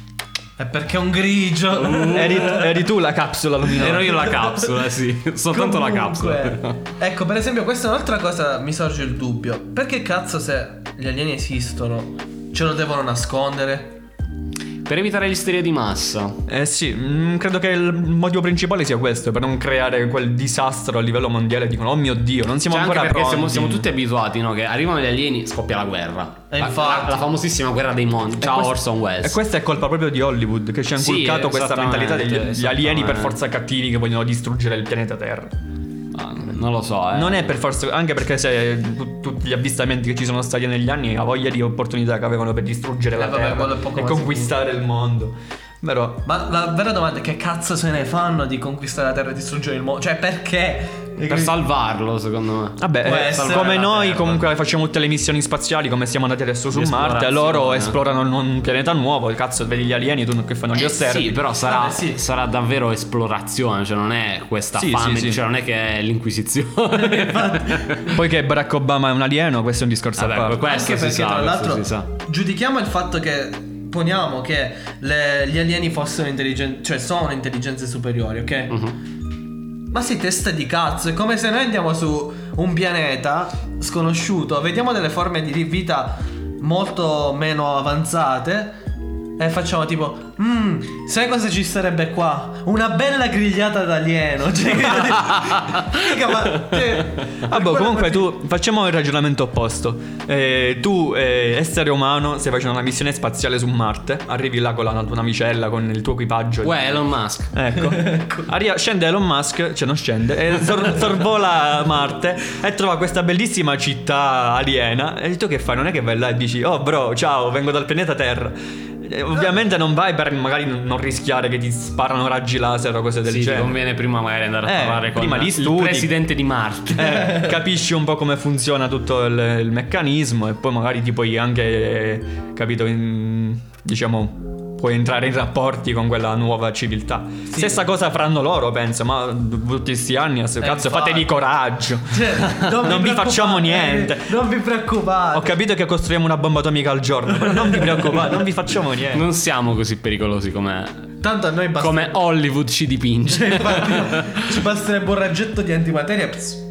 È perché è un grigio. Eri, eri tu la capsula luminosa. Ero io la capsula, sì. Soltanto la Comunque, capsula. Ecco, per esempio, questa è un'altra cosa. Mi sorge il dubbio. Perché cazzo, se gli alieni esistono, ce lo devono nascondere? Per evitare l'isteria di massa. Eh sì, mm, credo che il motivo principale sia questo, per non creare quel disastro a livello mondiale. Dicono: oh mio Dio, non siamo Cioè, anche ancora perché pronti. siamo, siamo tutti abituati, no? Che arrivano gli alieni, scoppia la guerra. E La, infatti. la, la famosissima guerra dei mondi. E Ciao questo- Orson Welles. E questa è colpa proprio di Hollywood, che ci ha Sì, inculcato questa mentalità degli esattamente, gli alieni per esattamente. forza cattivi che vogliono distruggere il pianeta Terra. Ah, non lo so, eh. Non è per forza, anche perché se tu- tutti gli avvistamenti che ci sono stati negli anni, ha voglia di opportunità che avevano per distruggere la Eh, vabbè, Terra quello è poco e ma conquistare il mondo. Però Ma la vera domanda è che cazzo se ne fanno di conquistare la Terra e distruggere il mondo? Cioè perché? Per salvarlo, secondo me. vabbè, Può eh, essere come la noi Terra. comunque facciamo tutte le missioni spaziali, come siamo andati adesso su Di Marte, esplorazione. loro esplorano un- un pianeta nuovo, cazzo, vedi gli alieni, tu che fanno gli Eh, osservi. sì, però sarà, Vabbè, sì. sarà davvero esplorazione, cioè non è questa Sì, fame, sì, sì. cioè non è che è l'inquisizione. Poi che Barack Obama è un alieno, questo è un discorso Vabbè, a parte. questo Anche si perché sa, tra questo l'altro si sa. giudichiamo il fatto che poniamo che le- gli alieni fossero intelligenti, cioè sono intelligenze superiori, ok? Mhm. Ma sei testa di cazzo, è come se noi andiamo su un pianeta sconosciuto, vediamo delle forme di vita molto meno avanzate e facciamo tipo, mmm, sai cosa ci sarebbe qua? Una bella grigliata d'alieno. Cioè, Mica, ma, cioè, Vabbè, quella comunque parte- tu facciamo il ragionamento opposto. Eh, tu, eh, essere umano, stai facendo una missione spaziale su Marte, arrivi là con la tua navicella, con il tuo equipaggio. Uè, Elon Musk. Ecco, Arri- scende Elon Musk, cioè non scende, e sor- sorvola Marte e trova questa bellissima città aliena. E tu che fai? Non è che vai là e dici, oh bro, ciao, vengo dal pianeta Terra. E ovviamente non vai per magari non rischiare che ti sparano raggi laser o cose del Sì, ti genere. conviene prima magari andare a Eh, parlare con prima li il studi. presidente di Marte. Eh, capisci un po' come funziona tutto il, il meccanismo e poi magari ti puoi anche, eh, capito, in- diciamo, puoi entrare in rapporti con quella nuova civiltà. Stessa cosa faranno loro, penso, ma tutti questi anni, cazzo, infatti. fatevi coraggio. Cioè, Non vi preoccupate, facciamo niente. Non vi preoccupate. Ho capito che costruiamo una bomba atomica al giorno, però non vi preoccupate, non vi facciamo niente. Non siamo così pericolosi come, Tanto a noi basta. come Hollywood ci dipinge. Infatti, ci basterebbe un raggetto di antimateria. Pss.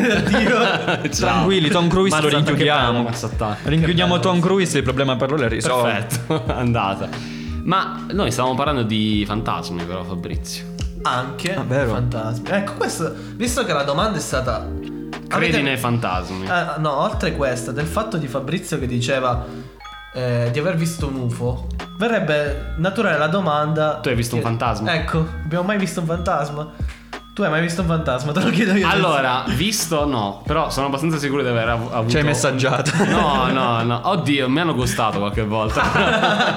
Addio. Tranquilli, Tom Cruise lo Mazza, che bello, rinchiudiamo. mazza attacco. Rinchiudiamo Che bello. Tom Cruise, il problema per loro è risolto. Perfetto, andata. Ma noi stavamo parlando di fantasmi, però, Fabrizio. Anche Ah, vero. fantasmi. Ecco, questo, visto che la domanda è stata Credi avete- nei fantasmi? Eh, no, oltre questa, del fatto di Fabrizio che diceva eh, di aver visto un U F O, verrebbe naturale la domanda. Tu hai visto un che- fantasma? Ecco, abbiamo mai visto un fantasma? Tu hai mai visto un fantasma? Te lo chiedo io. Allora, visto no, però sono abbastanza sicuro di aver av- avuto. Ci hai messaggiato. No, no, no. Oddio, mi hanno gustato qualche volta.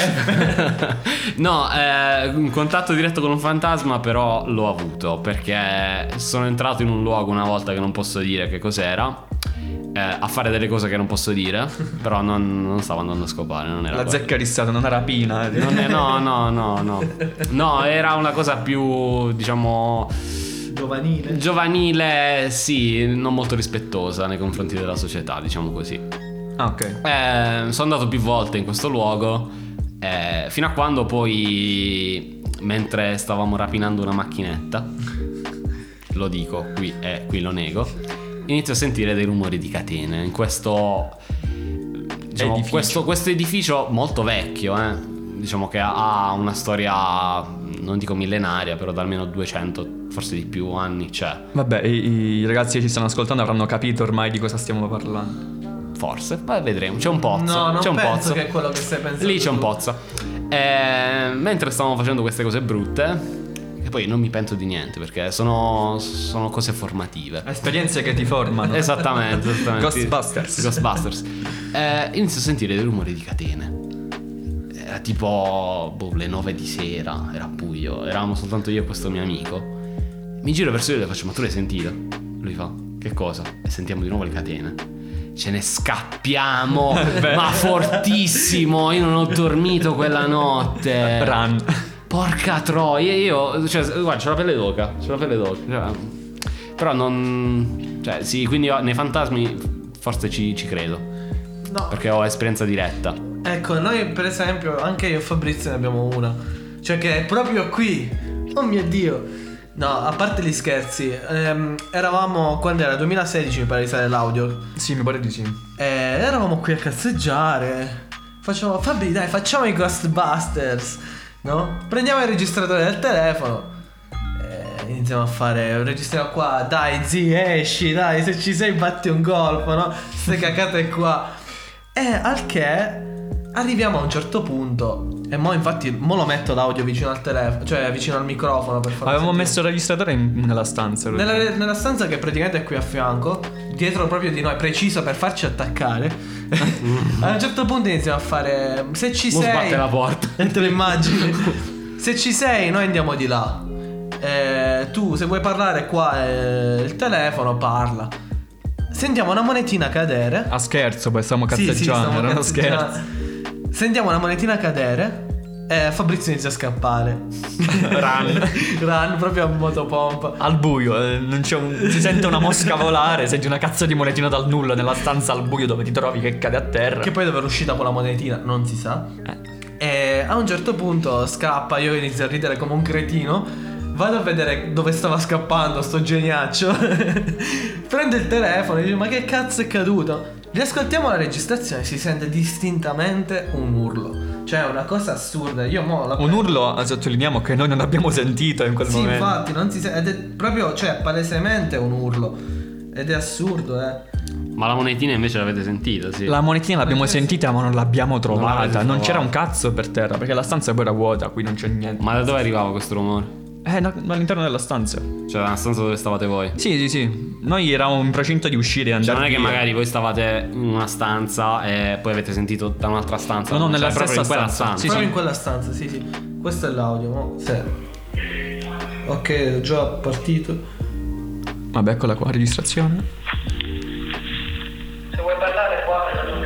No, eh, un contatto diretto con un fantasma però l'ho avuto perché sono entrato in un luogo una volta che non posso dire che cos'era. eh, a fare delle cose che non posso dire, però non, non stavo andando a scopare, non era La quello. zecca rissata, non una rapina. eh. Non è- no, no, no, no. No, era una cosa più, diciamo, Giovanile. giovanile, sì, non molto rispettosa nei confronti della società, diciamo così. Ah, ok. Eh, sono andato più volte in questo luogo, eh, fino a quando poi, mentre stavamo rapinando una macchinetta, lo dico qui e qui lo nego, inizio a sentire dei rumori di catene in questo, diciamo, Edificio. questo, questo edificio molto vecchio, eh. Diciamo che ha una storia, non dico millenaria, però da almeno duecento, forse di più anni c'è. Vabbè, i, i ragazzi che ci stanno ascoltando avranno capito ormai di cosa stiamo parlando. Forse, ma vedremo. C'è un pozzo. No, non c'è un penso pozzo. che è quello che stai pensando. Lì c'è un tu. pozzo. Eh, mentre stavamo facendo queste cose brutte, che poi non mi pento di niente perché sono, sono cose formative. Esperienze che ti formano. Esattamente, esattamente. Ghostbusters. Ghostbusters. Eh, inizio a sentire dei rumori di catene. Era tipo boh, le nove di sera, era buio, eravamo soltanto io e questo mio amico. Mi giro verso lui e le faccio: ma tu l'hai sentito? Lui fa: che cosa? E sentiamo di nuovo le catene. Ce ne scappiamo, ma fortissimo. Io non ho dormito quella notte. Run. Porca troia, io, cioè, guarda, c'ho la pelle d'oca, c'ho la pelle d'oca. Cioè, però non, cioè, sì, quindi io nei fantasmi forse ci, ci credo, No. perché ho esperienza diretta. Ecco, noi per esempio, anche io e Fabrizio ne abbiamo una. Cioè che è proprio qui. Oh mio Dio. No, a parte gli scherzi, ehm, eravamo, quando era duemilasedici mi pare di stare l'audio. Sì, mi pare di sì. E eravamo qui a cazzeggiare. Facciamo, Fabri, dai, facciamo i Ghostbusters, no? Prendiamo il registratore del telefono e iniziamo a fare, registriamo qua, dai zi, esci, dai, se ci sei batti un colpo, no? Ste cacate qua. E al che arriviamo a un certo punto E mo infatti mo lo metto l'audio vicino al telefono, cioè vicino al microfono per farlo Avevamo sentire. messo il registratore in- nella stanza. Nella, nella stanza che praticamente è qui a fianco, dietro proprio di noi, preciso per farci attaccare. A un certo punto iniziamo a fare: se ci Mo sei, sbatte la porta. te lo immagini? Se ci sei, noi andiamo di là. Eh, tu, se vuoi parlare qua, eh, il telefono parla. Sentiamo una monetina cadere. A scherzo, poi stiamo Sì, sì, cazzeggiando, stiamo era uno cazzeggiando. scherzo. Sentiamo una monetina cadere. E Fabrizio inizia a scappare. Run. Run proprio a motopompa. Al buio, eh, non c'è un- si sente una mosca volare, senti una cazzo di monetina dal nulla nella stanza al buio dove ti trovi che cade a terra. Che poi dove è uscita quella monetina non si sa. Eh. E a un certo punto scappa. Io inizio a ridere come un cretino. Vado a vedere dove stava scappando sto geniaccio. Prendo il telefono e dico: ma che cazzo è caduto? Riascoltiamo la registrazione. Si sente distintamente un urlo. Cioè una cosa assurda. Io mo la Un urlo, eh, sottolineiamo che noi non abbiamo sentito in quel Sì, momento. infatti non si sente. Ed è proprio, cioè palesemente un urlo. Ed è assurdo, eh. Ma la monetina invece l'avete sentita, sì. La monetina l'abbiamo Perché- sentita ma non l'abbiamo l'avete trovata. Non, trovata. c'era un cazzo per terra perché la stanza poi era vuota, qui non c'è niente. Ma da dove arrivava questo rumore? Eh, no, all'interno della stanza. Cioè dalla stanza dove stavate voi? Sì, sì, sì. Noi eravamo in procinto di uscire e Cioè andare non è che via. magari voi stavate in una stanza e poi avete sentito da un'altra stanza. No, no, nella Cioè, proprio stessa in quella stanza. Sì, Proprio sì. in quella stanza, sì, sì. Questo è l'audio, no? Sì. Ok, è già partito. Vabbè, eccola qua, registrazione. Se vuoi parlare qua,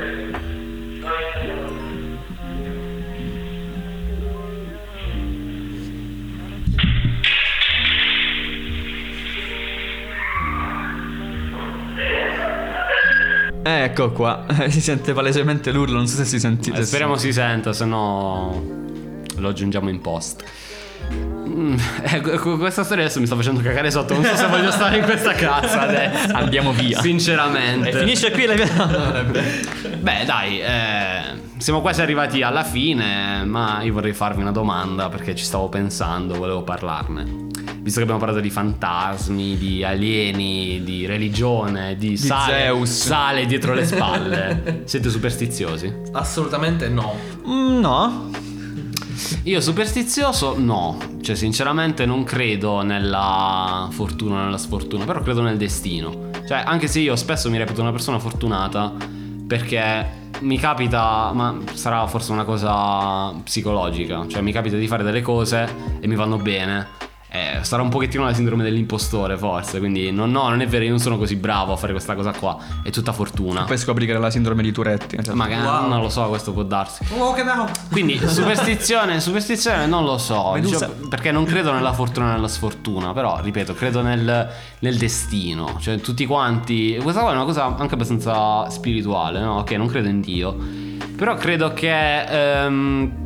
Ecco qua, si sente palesemente l'urlo, non so se si sentite. Eh, speriamo si senta, se no lo aggiungiamo in post. Mm, eh, qu- questa storia adesso mi sta facendo cagare sotto. Non so se voglio stare in questa cazzo adesso. Andiamo via. Sinceramente. E finisce qui le... Beh dai, eh, siamo quasi arrivati alla fine. Ma io vorrei farvi una domanda, perché ci stavo pensando, volevo parlarne. Visto che abbiamo parlato di fantasmi, di alieni, di religione, di, sale, Zeus. sale dietro le spalle. Siete superstiziosi? assolutamente no. Mm, no. Io superstizioso no. Cioè sinceramente non credo nella fortuna o nella sfortuna, però credo nel destino. Cioè anche se io spesso mi reputo una persona fortunata, perché mi capita, ma sarà forse una cosa psicologica, cioè mi capita di fare delle cose e mi vanno bene. Eh, sarà un pochettino la sindrome dell'impostore forse. Quindi no, no, non è vero, io non sono così bravo a fare questa cosa qua. È tutta fortuna. Poi scopri che era la sindrome di Tourette. Cioè. Magari Wow. non lo so, questo può darsi. Oh, che no. Quindi superstizione, superstizione non lo so, Medusa. diciamo, perché non credo nella fortuna e nella sfortuna. Però ripeto, credo nel, nel destino. Cioè tutti quanti. Questa qua è una cosa anche abbastanza spirituale, no? Ok, non credo in Dio, però credo che ehm,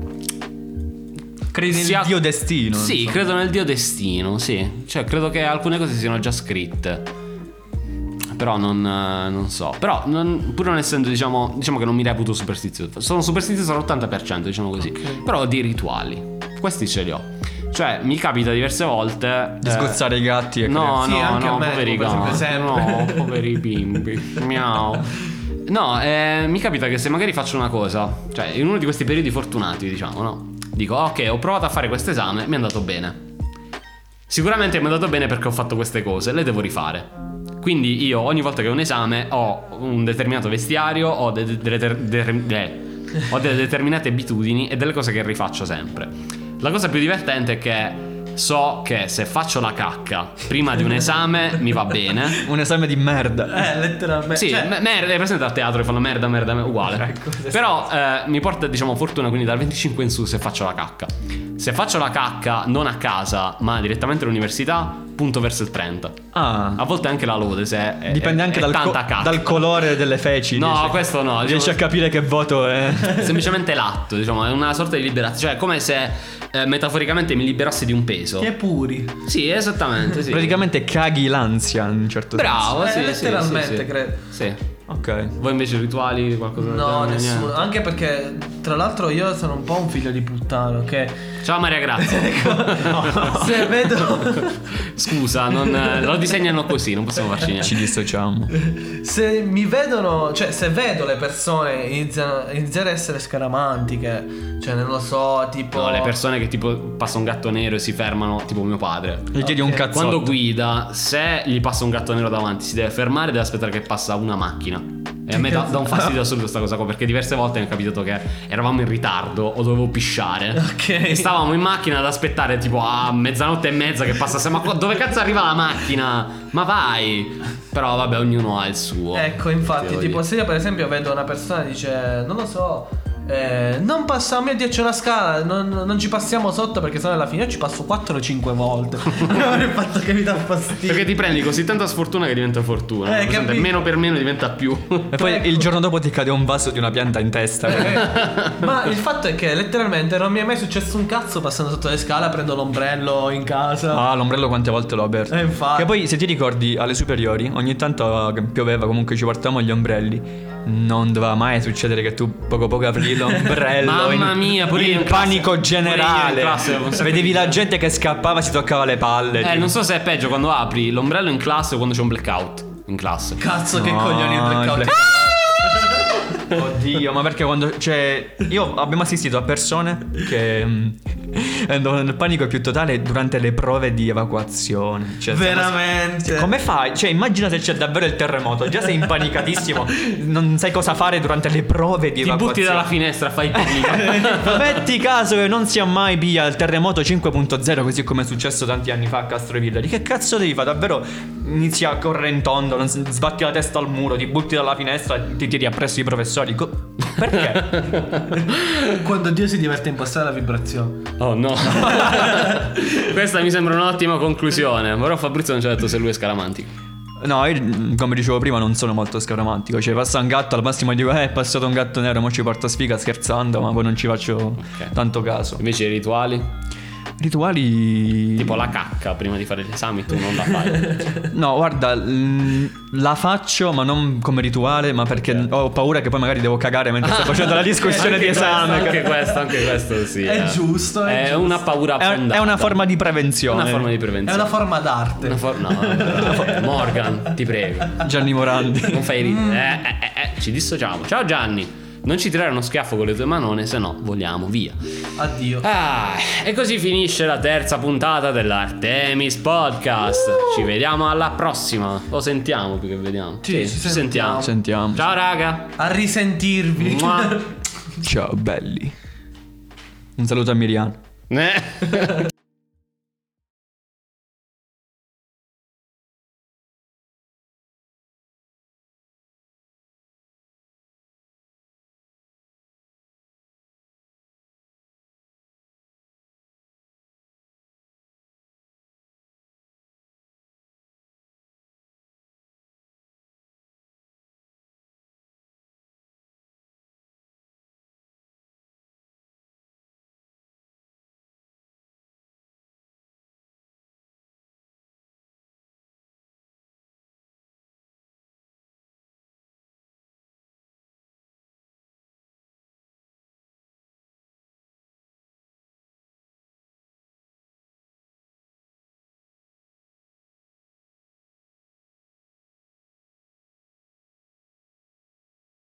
Credi nel sia- dio destino. Sì, insomma. credo nel dio destino, sì. Cioè credo che alcune cose siano già scritte. Però non, eh, non so. Però non- pur non essendo, diciamo, diciamo che non mi reputo superstizioso. Sono superstizioso all'ottanta per cento, diciamo così. Ok. Però ho dei rituali. Questi ce li ho. Cioè mi capita diverse volte Di eh, sgozzare i gatti e No, Sì, no, anche a no, me, poveri per esempio, gatti. sempre. No, poveri bimbi. Miau. No, eh, mi capita che se magari faccio una cosa, cioè in uno di questi periodi fortunati, diciamo, no? Dico, ok, ho provato a fare questo esame, mi è andato bene. Sicuramente mi è andato bene perché ho fatto queste cose, le devo rifare. Quindi io ogni volta che ho un esame ho un determinato vestiario, ho, de- de- delle, ter- de- de- ho delle determinate abitudini e delle cose che rifaccio sempre. La cosa più divertente è che so che se faccio la cacca prima di un esame mi va bene. Un esame di merda. Eh, letteralmente. Sì, Cioè, me- merda, è presente al teatro che fanno merda, merda, merda, uguale. Ecco, Però eh, mi porta, diciamo, fortuna quindi dal venticinque in su se faccio la cacca. Se faccio la cacca non a casa, ma direttamente all'università, punto verso il trenta. Ah. A volte anche la lode, se è, Dipende è- anche è dal, co- tanta cacca. dal colore delle feci. No, riesci- questo no. Riesci diciamo- a capire che voto è. semplicemente l'atto, diciamo, è una sorta di liberazione. Cioè, è come se eh, metaforicamente mi liberassi di un peso. che puri. Sì, esattamente, sì. Praticamente caghi l'ansia in un certo Bravo, Eh, sì, sì, letteralmente, sì, sì. credo. Sì. Ok. Voi invece rituali, qualcosa del No, genere? nessuno. Niente? Anche perché, tra l'altro, io sono un po' un figlio di puttana, ok? Ciao Maria Grazia. Se vedo. Scusa, non, lo disegnano così, non possiamo farci niente. Ci dissociamo. Se mi vedono, cioè se vedo le persone iniziano, iniziare a essere scaramantiche, cioè non lo so, tipo No, le persone che tipo passa un gatto nero e si fermano, tipo mio padre. Gli chiedi un Ok. cazzotto. Quando guida, se gli passa un gatto nero davanti, si deve fermare e deve aspettare che passa una macchina. E a me dà, dà un fastidio assoluto questa cosa qua, perché diverse volte mi è capitato che eravamo in ritardo o dovevo pisciare. Ok. E stavamo in macchina ad aspettare tipo a mezzanotte e mezza che passasse. Ma qua- dove cazzo arriva la macchina? Ma vai! Però vabbè, ognuno ha il suo. Ecco, infatti, Devo tipo dire. se io per esempio vedo una persona e dice, non lo so, eh, non passa, oh mio Dio c'è una scala, non, non ci passiamo sotto perché sennò alla fine io ci passo quattro o cinque volte. Non è il fatto che mi dà fastidio. Perché ti prendi così tanta sfortuna che diventa fortuna. Eh, Presente? capito. Meno per meno diventa più. E poi il giorno dopo ti cade un vaso di una pianta in testa. Ma il fatto è che letteralmente non mi è mai successo un cazzo passando sotto le scale, prendo l'ombrello in casa. Ah, l'ombrello quante volte l'ho aperto. Eh, infatti. Che poi se ti ricordi alle superiori, ogni tanto che pioveva comunque ci portavamo gli ombrelli. Non doveva mai succedere che tu poco poco aprivi l'ombrello. Mamma in- mia, pure io in in classe- panico pure io in generale. classe avevo un sacco Vedevi di la gente. gente che scappava, si toccava le palle. Eh, tipo. non so se è peggio quando apri l'ombrello in classe o quando c'è un blackout in classe. Cazzo che No, coglioni il blackout. il Oddio, ma perché quando. Cioè, io abbiamo assistito a persone che mm, andavano nel panico più totale durante le prove di evacuazione. Cioè, Veramente. come fai? Cioè, immagina se c'è davvero il terremoto. Già sei impanicatissimo. Non sai cosa fare durante le prove di Ti evacuazione. butti dalla finestra, fai picnic. Metti caso che non sia mai via il terremoto cinque punto zero, così come è successo tanti anni fa a Castrovillari. Che cazzo devi fare? Davvero inizi a correre in tondo, non s- sbatti la testa al muro, ti butti dalla finestra e ti tiri appresso i professori. Co- Perché? Quando Dio si diverte a impostare la vibrazione. Oh no. Questa mi sembra un'ottima conclusione. Però Fabrizio non ci ha detto se lui è scaramantico. No, io come dicevo prima non sono molto scaramantico. Cioè passa un gatto, al massimo dico eh è passato un gatto nero, mo ci porto sfiga scherzando, ma poi non ci faccio Ok. tanto caso. Invece i rituali, Rituali. tipo la cacca prima di fare gli esami, tu non la fai. No, guarda, l- la faccio ma non come rituale, ma perché ho paura che poi magari devo cagare mentre sto facendo la discussione Anche di esame. questo, Anche questo, anche questo sì. È eh. giusto, è È giusto. una paura È, fondata. è una forma di prevenzione. Una forma di È prevenzione. una forma d'arte. Una for- no, no, Morgan, ti prego. Gianni Morandi. Non fai ridere. Eh, eh, eh, ci dissociamo. Ciao Gianni. Non ci tirare uno schiaffo con le tue manone, se no voliamo via. Addio. Ah, e così finisce la terza puntata dell'Artemis Podcast. Ci vediamo alla prossima. Lo sentiamo più che vediamo. Sì, ci sentiamo. Sentiamo. Ciao raga. A risentirvi. Mua. Ciao belli. Un saluto a Miriam. Eh.